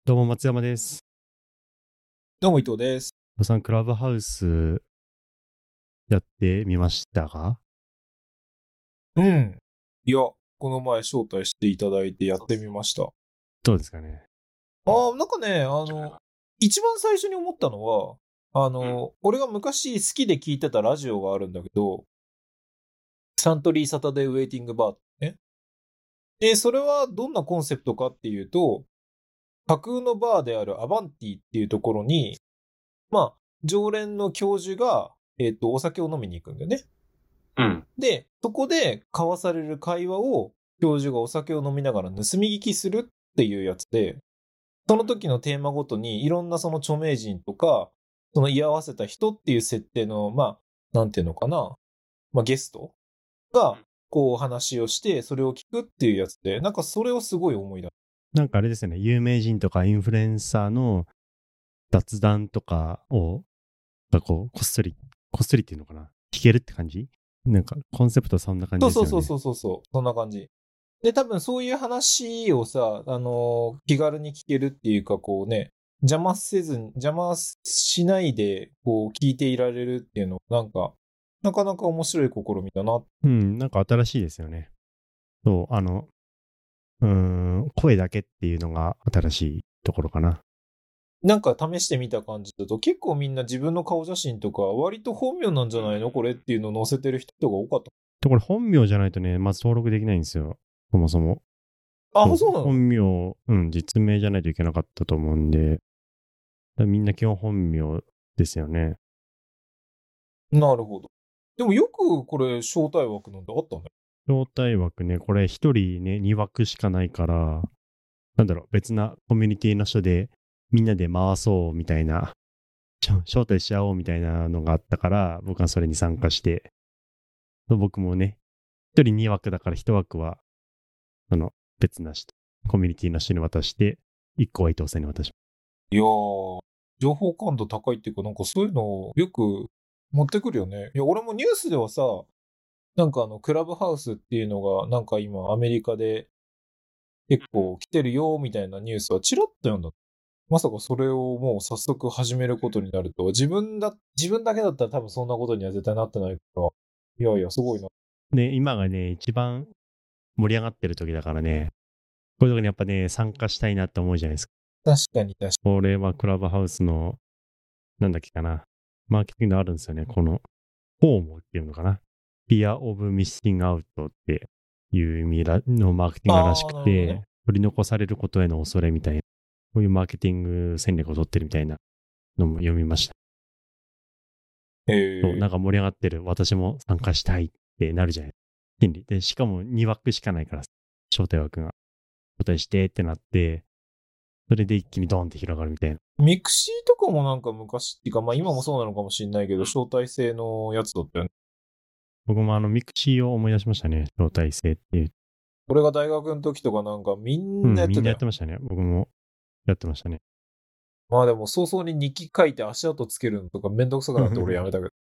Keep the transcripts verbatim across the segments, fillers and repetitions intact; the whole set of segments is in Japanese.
どうも松山です。 どうも伊藤です。 伊藤さん、クラブハウスやってみましたか？ うん。いや、この前招待していただいてやってみました。 どうですかね。 ああ、なんかね、あの、一番最初に思ったのは、あの、俺が昔好きで聞いてたラジオがあるんだけど、サントリーサタデーウェイティングバーってね。で、それはどんなコンセプトかっていうと、架空のバーであるアバンティっていうところに、まあ、常連の教授が、えっと、お酒を飲みに行くんだよね。 うん。 で、そこで交わされる会話を教授がお酒を飲みながら盗み聞きするっていうやつで、その時のテーマごとにいろんなその著名人とか、その居合わせた人っていう設定の、まあ、なんていうのかな、まあゲストが、こうお話をして、それを聞くっていうやつで、なんかそれをすごい思い出す。 なんかあれですよね、有名人とかインフルエンサーの雑談とかを、がこう、こっそり、こっそりっていうのかな、聞けるって感じ。なんかコンセプトそんな感じそうですよね。 そうそうそうそうそう、そんな感じ。で、多分そういう話をさ、あのー気軽に聞けるっていうか、こうね、邪魔せずに、邪魔しないで、こう、聞いていられるっていうの、なんか、なかなか面白い試みだな。 うん、なんか新しいですよね。そう、あの、うーん、声だけっていうのが新しいところかな。 なんか試してみた感じだと、結構みんな自分の顔写真とか、割と本名なんじゃないのこれっていうのを載せてる人が多かっで、これ本名じゃないとね、まず登録できないんですよ。そもそも。 た。あ、 そうそうなの？ 本名、うん、実名じゃないといけなかったと思うんで、みんな基本本名ですよね。 なるほど。でもよくこれ、招待枠なんてあったね。 招待枠ね、これ一人ね、に枠しかないから、なんだろう、別なコミュニティの人でみんなで回そうみたいな、ちょ招待しちゃおうみたいなのがあったから、僕はそれに参加して、僕もね、一人に枠だから一枠は、その別な人、コミュニティの人に渡して、一個は伊藤さんに渡しまいやー、情報感度高いっていうか、なんかそういうのをよく持ってくるよね。いや、俺もニュースではさ、なんかあの、クラブハウスっていうのが、なんか今アメリカで結構来てるよ、みたいなニュースはチラッと読んだ。まさかそれをもう早速始めることになると、自分だ、自分だけだったら多分そんなことには絶対なってないから、いやいや、すごいな。 す。で、今がね、一番盛り上がってる時だからね、こういう時にやっぱね、参加したいなって思うじゃないですか。 確かに確かこれはクラブハウスの、なんだっけかな、マーケティングあるんですよね。この、フォーモっていうのかな。Fear of Missing Out っていう意味のマーケティンに。 グらしああ、 くて、 なるほどね。 取り残されることへの恐れみたいな、こういうマーケティング戦略を取ってるみたいなのも読みました。そう、 へえ。 なんか盛り上がってる、私も参加したいってなるじゃない。心理で、しかもに枠しかないから、招待枠が。招待してってなって、それで一気にドーンって広がるみたいな。 ミクシーとかもなんか昔っていうか、まあ今もそうなのかもしれないけど、招待制のやつだったよね。 僕もあのミクシーを思い出しましたね。招待制っていう。 俺が大学の時とかなんかみうん、みんなやっんなやってたよ。 てましたね。僕もやってましたね。 まあでも早々に日記書いて足跡つけるのとかめんどくさくなって俺やめたけど。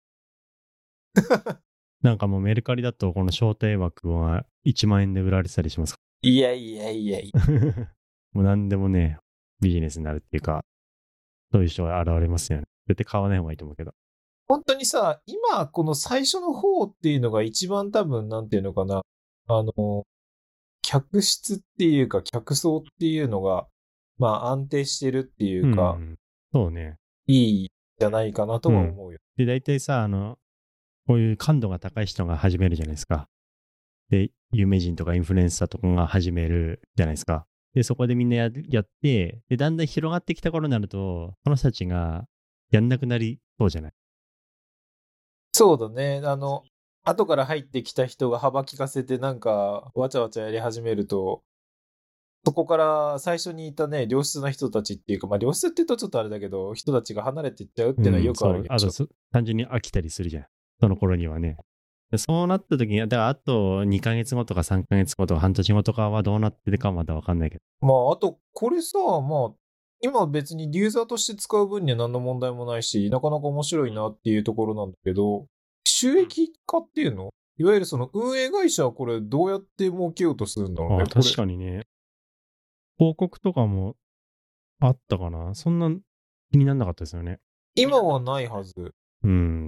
なんかもうメルカリだとこの招待枠はいちまん円で売られてたりしますかいやいやいやいや。 ら。もう何でもね、ビジネスになるっていうか、そういう人が現れますよね。絶対買わない方がいいと思うけど。 本当にさ、今この最初の方っていうのが一番多分なんていうのかな。あの、客室っていうか客層っていうのが、まあ安定してるっていううか、 ん。そうね。 いいじゃないかなとうん。 は思うよ。 で、大体さ、あの、こういう感度が高い人が始めるじゃないですか。で、有名人とかインフルエンサーとかが始めるじゃないですか。で、そこでみんなややって、で、だんだん広がってきた頃になると、この人たちがやんなくなりそうじゃない。 そうだね。あの、後から入ってきた人が幅利かせてなんか、わちゃわちゃやり始めると、そこから最初にいたね、良質な人たちっていうか、まあ良質って言うとちょっとあれだけど、人たちが離れていっちゃうっていうのはよくあそう。あとる現象。 単純に飽きたりするじゃん。その頃にはね。でそうなった時に、だからあとにかげつごとかさんかげつごとか半年後とかはどうなってるかはまだわかんないけど。 まあ、あと、これさ、まあ、今別にユーザーとして使う分には何の問題もないし、なかなか面白いなっていうところなんだけど、収益化っていうのいわゆるその運営会社はこれどうやって儲けようとするんだろうね、 ああ、 これ。 確かにね。広告とかもあったかな。そんな気にならなかったですよね。 今はないはず。 うん、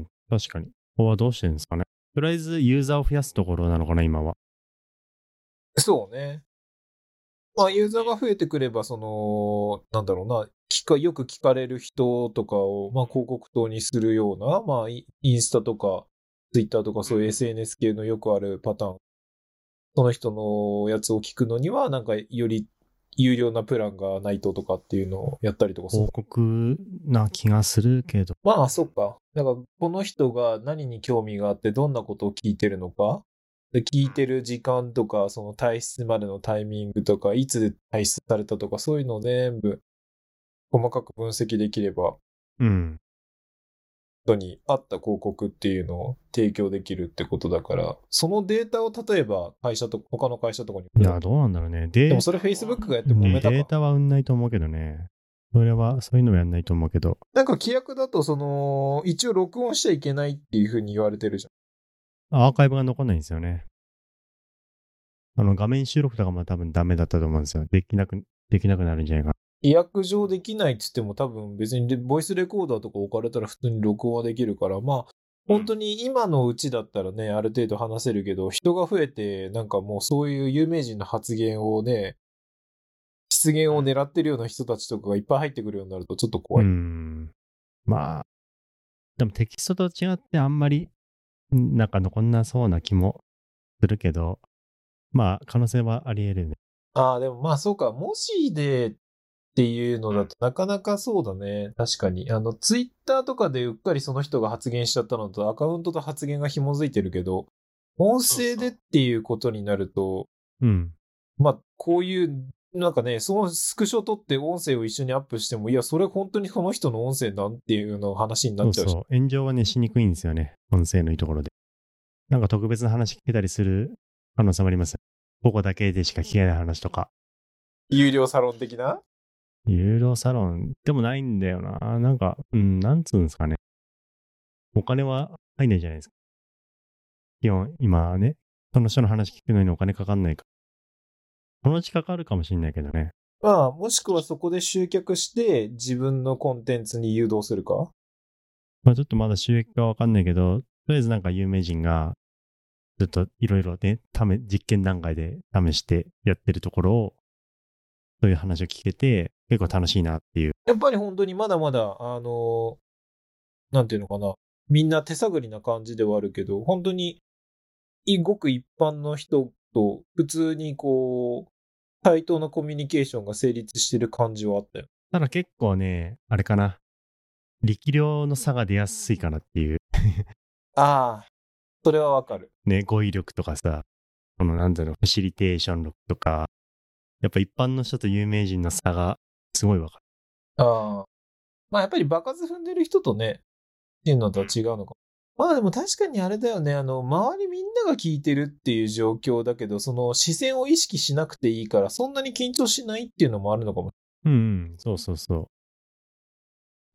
確かに。ここはどうしてるんですかね。とりあえずユーザーを増やすところなのかな、今は。 そうね。まあ、ユーザーが増えてくれば、その、なんだろうな、聞か、よく聞かれる人とかを、まあ、広告塔にするような、まあ、イインスタとか、ツイッターとかそういう エスエヌエス 系のよくあるパターン。その人のやつを聞くのには、なんか、より有料なプランがないととかっていうのをやったりとかする。 広告な気がするけど。 まあ、そっか。だから、この人が何に興味があって、どんなことを聞いてるのか。で聞いてる時間とか、その退出までのタイミングとか、いつ退出されたとか、そういうのを全部細かく分析できれば、 うん。 人に合った広告っていうのを提供できるってことだから、そのデータを例えば会社と、他の会社とかに。 いや、どうなんだろうね。で、 でもそれ Facebook がやって揉めたか。 データは売んないと思うけどね。それは、そういうのはやんないと思うけど。 なんか規約だと、その、一応録音しちゃいけないっていうふうに言われてるじゃん。 アーカイブが残んないんですよね。あの、画面収録とかも多分ダメだったと思うんですよ。できなく、できなくなるんじゃないか。 規約上できないって言っても多分別にボイスレコーダーとか置かれたら普通に録音はできるから、まあ、本当に今のうちだったらね、ある程度話せるけど、人が増えて、なんかもうそういう有名人の発言をね、失言を狙ってるような人たちとかがいっぱい入ってくるようになるとちょっと怖い。 うーん。まあ、でもテキストと違ってあんまり、なんか残んなそうな気もするけど、まあ、可能性はあり得るね。 ああ、でもまあそうか、文字でっていうのだとなかなかそうだね。確かに。あの、ツイッターとかでうっかりその人が発言しちゃったのとアカウントと発言が紐づいてるけど、音声でっていうことになると、 うん。 まあ、こういう、なんかね、そのスクショ撮って音声を一緒にアップしても、いや、それ本当にこの人の音声なんていうの話になっちゃうし。 そうそう。炎上はね、しにくいんですよね。音声のいいところで。なんか特別な話聞けたりする可能性もあります。ここだけでしか聞けない話とか。 有料サロン的な有料サロンでもないんだよな。なんか、うん、なんつうんですかね。お金は入んないじゃないですか。基本、今ね、その人の話聞くのにお金かかんないから。そのうちかかるかもしんないけどね。 まあ、もしくはそこで集客して自分のコンテンツに誘導するか。 まあちょっとまだ収益がわかんないけど、とりあえずなんか有名人が、ずっといろいろね、ため、実験段階で試してやってるところを、そういう話を聞けて、結構楽しいなっていう。 やっぱり本当にまだまだ、あの、なんていうのかな。みんな手探りな感じではあるけど、本当に、ごく一般の人と普通にこう、対等なコミュニケーションが成立してる感じはあったよ。 ただ結構ね、あれかな。力量の差が出やすいかなっていう。 ああ、それはわかる。 ね、語彙力とかさ、このなんだろう、ファシリテーション力とか、やっぱ一般の人と有名人の差がすごいわかる。 ああ。まあやっぱり場数踏んでる人とね、っていうのとは違うのか。まあでも確かにあれだよね、あの、周りみんなが聞いてるっていう状況だけど、その視線を意識しなくていいから、そんなに緊張しないっていうのもあるのかも。 うんうん、そうそうそう。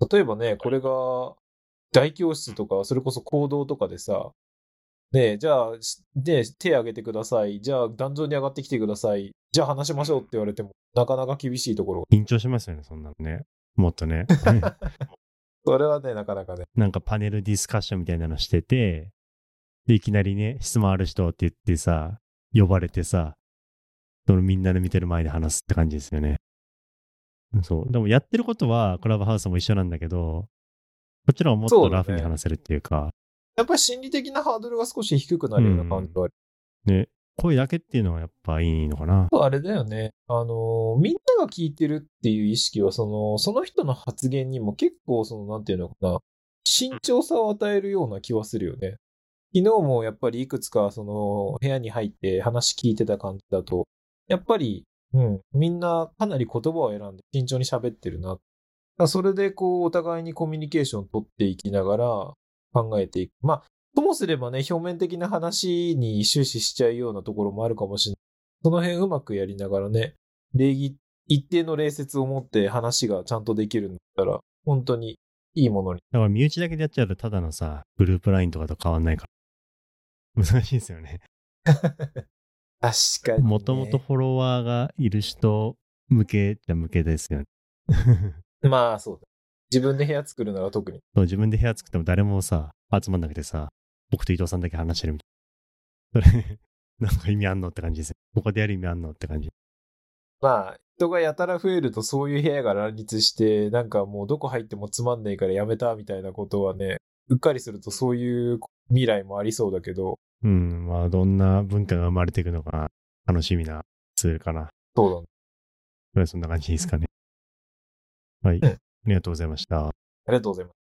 例えばね、これが大教室とか、それこそ行動とかでさ、ねえ、じゃあ、で、手挙げてください。じゃあ、壇上に上がってきてください。じゃあ話しましょうって言われても、なかなか厳しいところ。 緊張しますよね、そんなのね。もっとね。 それはね、なかなかね。 なんかパネルディスカッションみたいなのしてて、で、いきなりね、質問ある人って言ってさ、呼ばれてさ、そのみんなで見てる前で話すって感じですよね。そう。でもやってることは、クラブハウスも一緒なんだけど、こっちらはもっとラフに話せるっていうか。 やっぱり心理的なハードルが少し低くなるような感じはある。 うん、ね、声だけっていうのはやっぱいいのかな。 あれだよね。あの、みんなが聞いてるっていう意識は、その、その人の発言にも結構、その、なんていうのかな、慎重さを与えるような気はするよね。昨日もやっぱりいくつか、その、部屋に入って話聞いてた感じだと、やっぱり、うん、みんなかなり言葉を選んで慎重に喋ってるな。それで、こう、お互いにコミュニケーションを取っていきながら考えていく。まあ、ともすればね、表面的な話に終始しちゃうようなところもあるかもしれない。その辺うまくやりながらね、礼儀、一定の礼節を持って話がちゃんとできるんだったら、本当にいいものに。 だから身内だけでやっちゃうとただのさ、グループラインとかと変わんないから。難しいですよね。 確かに、ね。 もともとフォロワーがいる人向けじゃ向けですよね。 まあ、そうだ。自分で部屋作るなら特に。 そう自分で部屋作っても誰もさ、集まんなくてさ、僕と伊藤さんだけ話してるみたいな。それ、なんか意味あんのって感じですよ。ここでやる意味あんのって感じ。 まあ、人がやたら増えるとそういう部屋が乱立して、なんかもうどこ入ってもつまんねえからやめたみたいなことはね、うっかりするとそういう未来もありそうだけど。 うん、まあどんな文化が生まれていくのか楽しみなツールかな。 そうだね。 これはそんな感じですかね。はい。 うん。あありがとうございました。 りがとうございます。